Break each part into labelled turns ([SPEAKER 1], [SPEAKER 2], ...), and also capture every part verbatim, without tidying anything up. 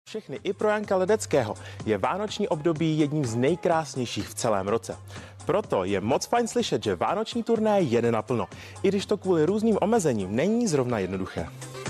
[SPEAKER 1] Všechny i pro Janka Ledeckého je vánoční období jedním z nejkrásnějších v celém roce. Proto je moc fajn slyšet, že vánoční turné jede naplno, i když to kvůli různým omezením není zrovna jednoduché.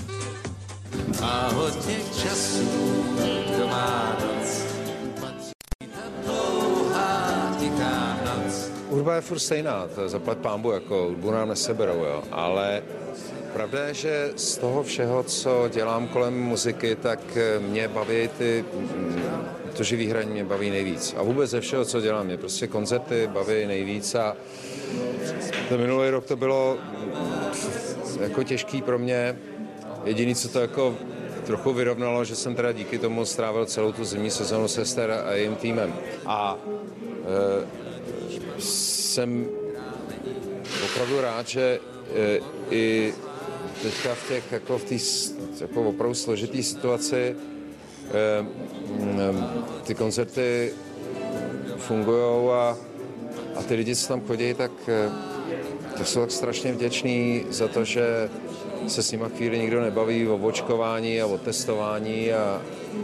[SPEAKER 2] A hodně času to má noc, patří ta dlouhá tichá noc.
[SPEAKER 3] Hudba je furt stejná, to zaplať pánbu, jako hudbu nám neseberou, jo, ale pravda je, že z toho všeho, co dělám kolem muziky, tak mě baví ty, to živý hraní mě baví nejvíc. A vůbec ze všeho, co dělám, mě prostě koncerty baví nejvíc a ten minulý rok to bylo jako těžký pro mě. Jediné, co to jako trochu vyrovnalo, že jsem teda díky tomu strávil celou tu zimní sezonu se Ester a jejím týmem. A e, jsem opravdu rád, že e, i teďka v těch, jako v té jako opravdu složitý situaci e, ty koncerty fungujou a, a ty lidi, co tam chodí, tak e, to jsou tak strašně vděční za to, že se s nima chvíli nikdo nebaví o očkování a o testování a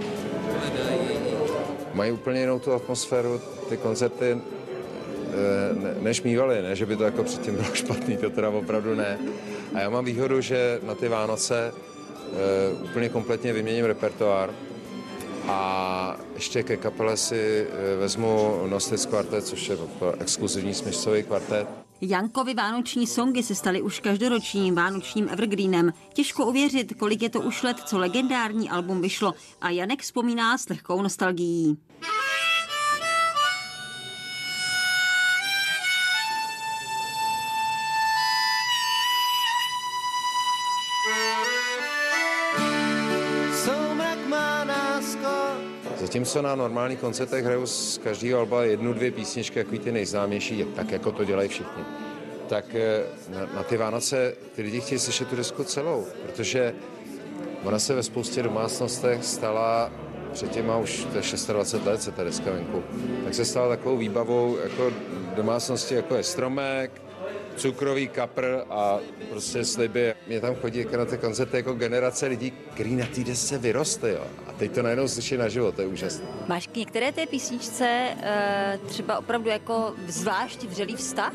[SPEAKER 3] mají úplně jinou tu atmosféru, ty koncerty ne, než mývaly, ne, že by to jako předtím bylo špatný, to teda opravdu ne. A já mám výhodu, že na ty Vánoce e, úplně kompletně vyměním repertoár a ještě ke kapele si vezmu Nostitz kvartet, což je exkluzivní smyčcový kvartet.
[SPEAKER 4] Jankovi vánoční songy se staly už každoročním vánočním evergreenem. Těžko uvěřit, kolik je to už let, co legendární album vyšlo a Janek vzpomíná s lehkou nostalgií.
[SPEAKER 3] Zatímco na normálních koncertech hraju z každého alba jednu, dvě písničky, takový ty nejznámější, tak jako to dělají všichni. Tak na, na ty Vánoce ty lidi chtějí slyšet tu desku celou, protože ona se ve spoustě domácnostech stala, před těma už to je dvacet šest let se ta deska venku, tak se stala takovou výbavou jako domácnosti, jako je stromek, cukrový kapr a prostě sliby. Mě tam chodí jako na ty koncerty jako generace lidí, který na té desce vyroste, jo. A teď to najednou slyší naživo, to je úžasné.
[SPEAKER 4] Máš k některé té písničce třeba opravdu jako zvlášť vřelý vztah?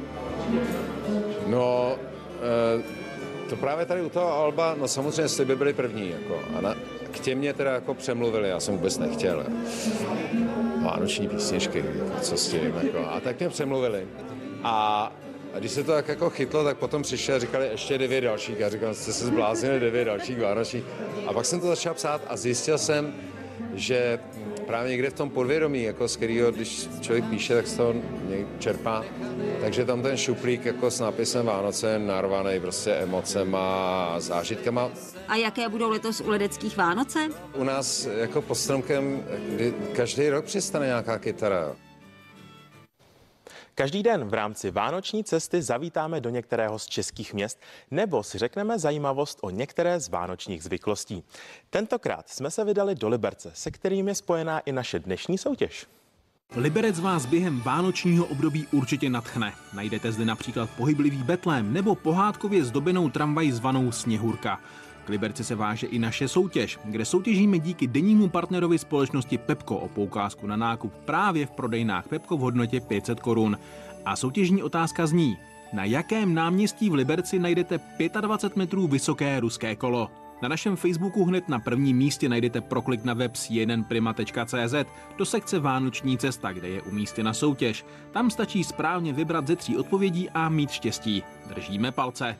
[SPEAKER 3] No, to právě tady u toho alba, no samozřejmě sliby byly první, jako. A na, k těm mě teda jako přemluvili, já jsem vůbec nechtěl. Vánoční písničky, co s tím, jako. A tak mě přemluvili. A A když se to tak jako chytlo, tak potom přišli a říkali ještě devět dalších. Já říkám, jste se zbláznili, devět dalších vánočních. A pak jsem to začal psát a zjistil jsem, že právě někde v tom podvědomí, jako z kterého, když člověk píše, tak z toho čerpá. Takže tam ten šuplík jako s nápisem Vánoce narvaný prostě emocema a zážitkama.
[SPEAKER 4] A jaké budou letos u Ledeckých Vánoce?
[SPEAKER 3] U nás jako pod stromkem každý rok přistane nějaká kytara.
[SPEAKER 1] Každý den v rámci vánoční cesty zavítáme do některého z českých měst nebo si řekneme zajímavost o některé z vánočních zvyklostí. Tentokrát jsme se vydali do Liberce, se kterým je spojená i naše dnešní soutěž.
[SPEAKER 5] Liberec vás během vánočního období určitě nadchne. Najdete zde například pohyblivý betlém nebo pohádkově zdobenou tramvaj zvanou Sněhurka. K Liberci se váže i naše soutěž, kde soutěžíme díky dennímu partnerovi společnosti Pepco o poukázku na nákup právě v prodejnách Pepco v hodnotě pět set korun. A soutěžní otázka zní, na jakém náměstí v Liberci najdete dvacet pět metrů vysoké ruské kolo? Na našem Facebooku hned na prvním místě najdete proklik na web c n n prima tečka c z do sekce Vánoční cesta, kde je umístěna soutěž. Tam stačí správně vybrat ze tří odpovědí a mít štěstí. Držíme palce.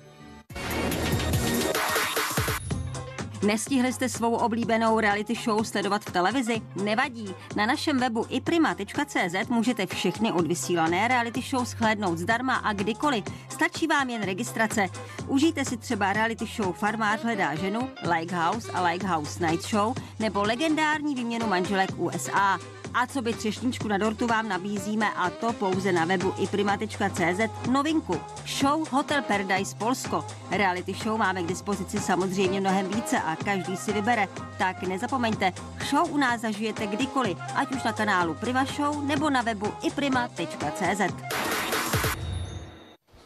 [SPEAKER 4] Nestihli jste svou oblíbenou reality show sledovat v televizi? Nevadí. Na našem webu i prima tečka c z můžete všechny odvysílané reality show shlédnout zdarma a kdykoliv. Stačí vám jen registrace. Užijte si třeba reality show Farmář hledá ženu, Like House a Like House Night Show nebo legendární výměnu manželek U S A. A co by třešničku na dortu vám nabízíme, a to pouze na webu i prima tečka c z, novinku. Show Hotel Paradise Polsko. Reality show máme k dispozici samozřejmě mnohem více a každý si vybere. Tak nezapomeňte, show u nás zažijete kdykoliv, ať už na kanálu Prima Show nebo na webu i prima tečka c z.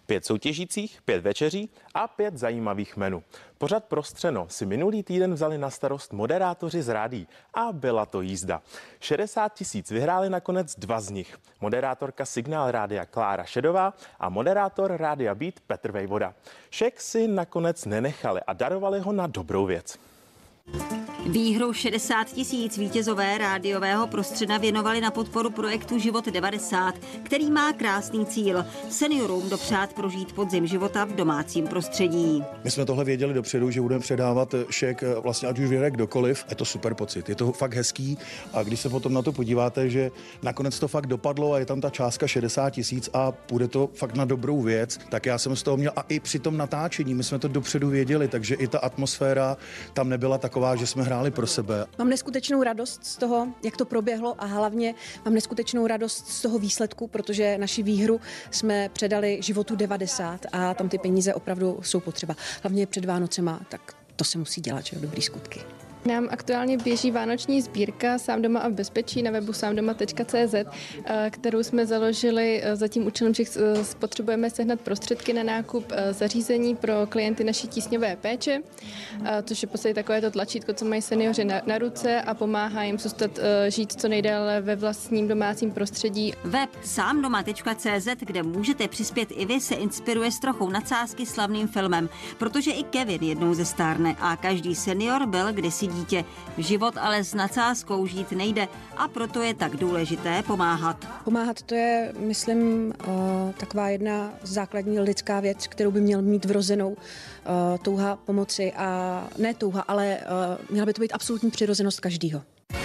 [SPEAKER 1] Pět soutěžících, pět večeří a pět zajímavých menů. Pořad Prostřeno si minulý týden vzali na starost moderátoři z rádií a byla to jízda. šedesát tisíc vyhráli nakonec dva z nich. Moderátorka Signál rádia Klára Šedová a moderátor Rádia Beat Petr Vejvoda. Šek si nakonec nenechali a darovali ho na dobrou věc.
[SPEAKER 4] Výhru šedesát tisíc vítězové rádiového Prostřena věnovali na podporu projektu Život devadesát, který má krásný cíl – seniorům dopřát prožít podzim života v domácím prostředí.
[SPEAKER 6] My jsme tohle věděli dopředu, že budeme předávat šek vlastně ať už vyhraje kdokoliv. Je to super pocit, je to fakt hezký a když se potom na to podíváte, že nakonec to fakt dopadlo a je tam ta částka šedesát tisíc a půjde to fakt na dobrou věc, tak já jsem z toho měl a i při tom natáčení, my jsme to dopředu věděli, takže i ta atmosféra tam nebyla taková, že jsme hráli pro sebe.
[SPEAKER 7] Mám neskutečnou radost z toho, jak to proběhlo a hlavně mám neskutečnou radost z toho výsledku, protože naši výhru jsme předali Životu devadesát a tam ty peníze opravdu jsou potřeba. Hlavně před Vánocema, tak to se musí dělat, že jo, dobrý skutky.
[SPEAKER 8] Nám aktuálně běží vánoční sbírka Sám doma a v bezpečí na webu sám doma tečka cé zet, kterou jsme založili za tím účelem, že potřebujeme sehnat prostředky na nákup zařízení pro klienty naší tísňové péče, což je v podstatě takové to tlačítko, co mají seniori na, na ruce a pomáhá jim zůstat žít co nejdéle ve vlastním domácím prostředí.
[SPEAKER 4] Web sám doma tečka cé zet, kde můžete přispět i vy, se inspiruje s trochou nadsázky slavným filmem, protože i Kevin jednou zestárne a každý senior byl kdysi dítě. Život ale s nadsázkou žít nejde a proto je tak důležité pomáhat.
[SPEAKER 7] Pomáhat to je, myslím, taková jedna základní lidská věc, kterou by měl mít vrozenou touha pomoci a ne touha, ale měla by to být absolutní přirozenost každýho.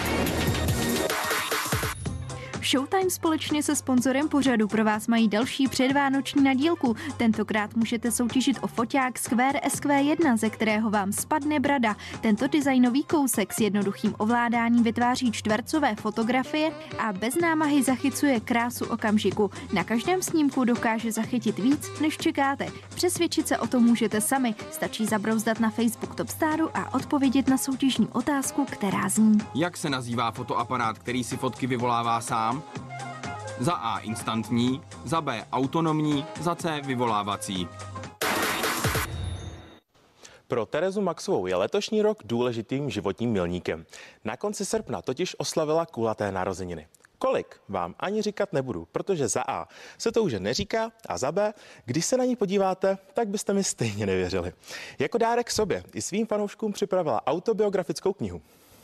[SPEAKER 9] Showtime společně se sponzorem pořadu pro vás mají další předvánoční nadílku. Tentokrát můžete soutěžit o foťák Square S Q jedna, ze kterého vám spadne brada. Tento designový kousek s jednoduchým ovládáním vytváří čtvercové fotografie a bez námahy zachycuje krásu okamžiku. Na každém snímku dokáže zachytit víc, než čekáte. Přesvědčit se o tom můžete sami. Stačí zabrouzdat na Facebook Topstaru a odpovědět na soutěžní otázku, která zní:
[SPEAKER 5] Jak se nazývá fotoaparát, který si fotky vyvolává sám? Za A instantní, za B autonomní, za C vyvolávací.
[SPEAKER 1] Pro Terezu Maxovou je letošní rok důležitým životním milníkem. Na konci srpna totiž oslavila kulaté narozeniny. Kolik vám ani říkat nebudu, protože za A se to už neříká a za B, když se na ní podíváte, tak byste mi stejně nevěřili. Jako dárek sobě i svým fanouškům připravila autobiografickou knihu.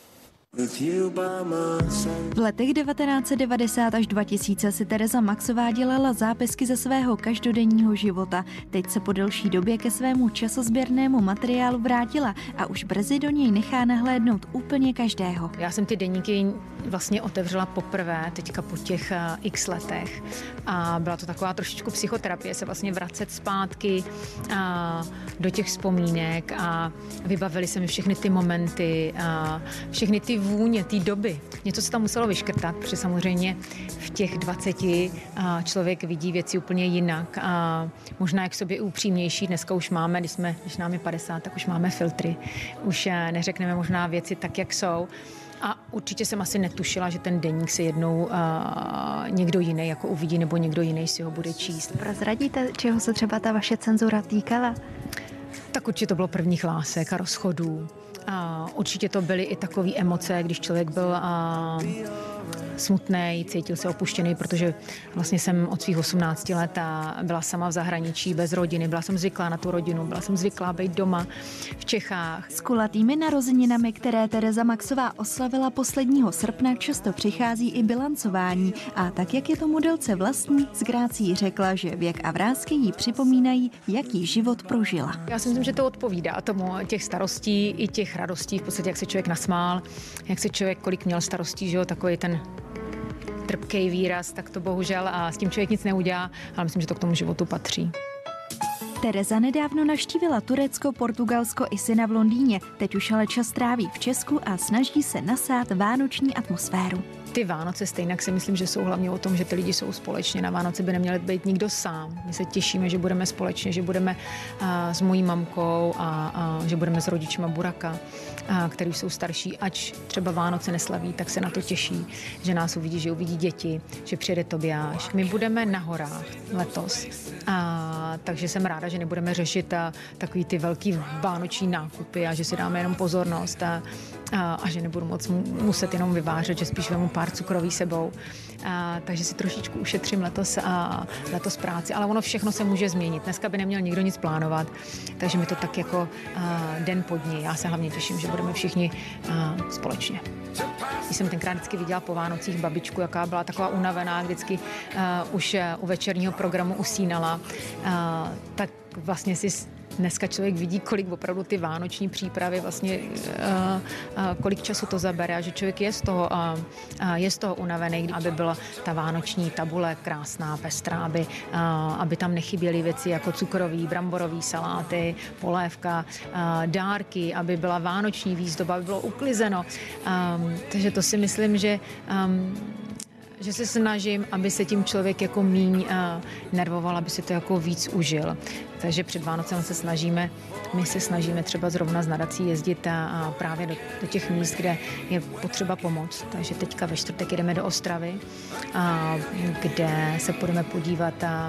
[SPEAKER 9] V letech devatenáct set devadesát až dva tisíce si Tereza Maxová dělala zápisky ze svého každodenního života. Teď se po delší době ke svému časozběrnému materiálu vrátila a už brzy do něj nechá nahlédnout úplně každého.
[SPEAKER 10] Já jsem ty deníky vlastně otevřela poprvé teďka po těch uh, x letech a byla to taková trošičku psychoterapie, se vlastně vracet zpátky uh, do těch vzpomínek a vybavily se mi všechny ty momenty, uh, všechny ty vůně té doby. Něco se tam muselo vyškrtat, protože samozřejmě v těch dvaceti člověk vidí věci úplně jinak a možná jak sobě upřímnější. Dneska už máme, když, jsme, když nám je padesát, tak už máme filtry. Už neřekneme možná věci tak, jak jsou. A určitě jsem asi netušila, že ten deník se jednou uh, někdo jiný jako uvidí nebo někdo jiný si ho bude číst.
[SPEAKER 9] Prozradíte, čeho se třeba ta vaše cenzura týkala?
[SPEAKER 10] Tak určitě to bylo prvních lásek a rozchodů. A určitě to byly i takové emoce, když člověk byl a, smutný, cítil se opuštěný, protože vlastně jsem od svých osmnácti let a byla sama v zahraničí bez rodiny, byla jsem zvyklá na tu rodinu, byla jsem zvyklá být doma v Čechách.
[SPEAKER 9] S kulatými narozeninami, které Tereza Maxová oslavila posledního srpna, často přichází i bilancování a tak, jak je to modelce vlastní, s grácí řekla, že věk a vrásky jí připomínají, jaký život prožila.
[SPEAKER 10] Já si myslím, že to odpovídá tomu těch starostí i těch radostí, v podstatě jak se člověk nasmál, jak se člověk, kolik měl starostí, že jo, takový ten trpký výraz, tak to bohužel a s tím člověk nic neudělá, ale myslím, že to k tomu životu patří.
[SPEAKER 9] Tereza nedávno navštívila Turecko, Portugalsko i syna v Londýně. Teď už ale čas tráví v Česku a snaží se nasát vánoční atmosféru.
[SPEAKER 10] Ty Vánoce stejně si myslím, že jsou hlavně o tom, že ty lidi jsou společně. Na Vánoce by neměl být nikdo sám. My se těšíme, že budeme společně, že budeme uh, s mojí mamkou a, a že budeme s rodičima Buraka, uh, který jsou starší. Ač třeba Vánoce neslaví, tak se na to těší, že nás uvidí, že uvidí děti, že přijede Tobiáš. My budeme na horách letos, a, takže jsem ráda, že nebudeme řešit a, takový ty velký vánoční nákupy a že si dáme jenom pozornost a, a, a že nebudu moc muset jenom vyvážet, že spíš vemu pár cukroví sebou. A, takže si trošičku ušetřím letos, a, letos práci, ale ono všechno se může změnit. Dneska by neměl nikdo nic plánovat, takže mi to tak jako a, den po dní. Já se hlavně těším, že budeme všichni a, společně. Když jsem tenkrát vždycky viděla po Vánocích babičku, jaká byla taková unavená, vždycky uh, už uh, u večerního programu usínala, uh, tak vlastně si dneska člověk vidí, kolik opravdu ty vánoční přípravy vlastně, uh, uh, kolik času to zabere a že člověk je z toho, uh, uh, je z toho unavený, aby byla ta vánoční tabule krásná, pestrá, aby, uh, aby tam nechyběly věci jako cukroví, bramborový saláty, polévka, uh, dárky, aby byla vánoční výzdoba, aby bylo uklizeno. Um, takže to si myslím, že um, že se snažím, aby se tím člověk jako míň uh, nervoval, aby si to jako víc užil. Takže před Vánocem se snažíme, my se snažíme třeba zrovna z nadací jezdit a, a právě do, do těch míst, kde je potřeba pomoc. Takže teďka ve čtvrtek jdeme do Ostravy, a, kde se budeme podívat a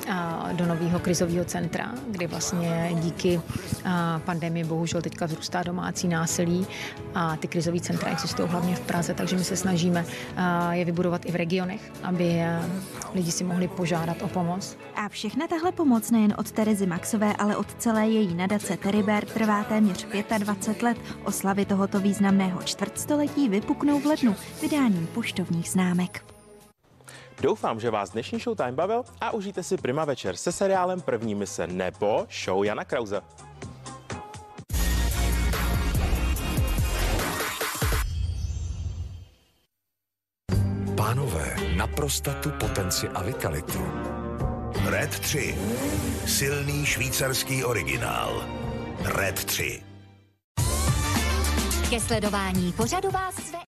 [SPEAKER 10] do nového krizového centra, kdy vlastně díky pandemii bohužel teďka vzrůstá domácí násilí a ty krizové centra existují hlavně v Praze, takže my se snažíme je vybudovat i v regionech, aby lidi si mohli požádat o pomoc.
[SPEAKER 9] A všechna tahle pomoc nejen od Terezy Maxové, ale od celé její nadace Teribert trvá téměř dvacet pět let. Oslavy tohoto významného čtvrtstoletí vypuknou v lednu vydáním poštovních známek.
[SPEAKER 1] Doufám, že vás dnešní Showtime bavil a užijte si Prima večer se seriálem První mise nebo show Jana Krause.
[SPEAKER 11] Pánové, na prostatu, potenci a vitalitu. Red tři. Silný švýcarský originál. Red tři.
[SPEAKER 12] Ke sledování pořadu vás zve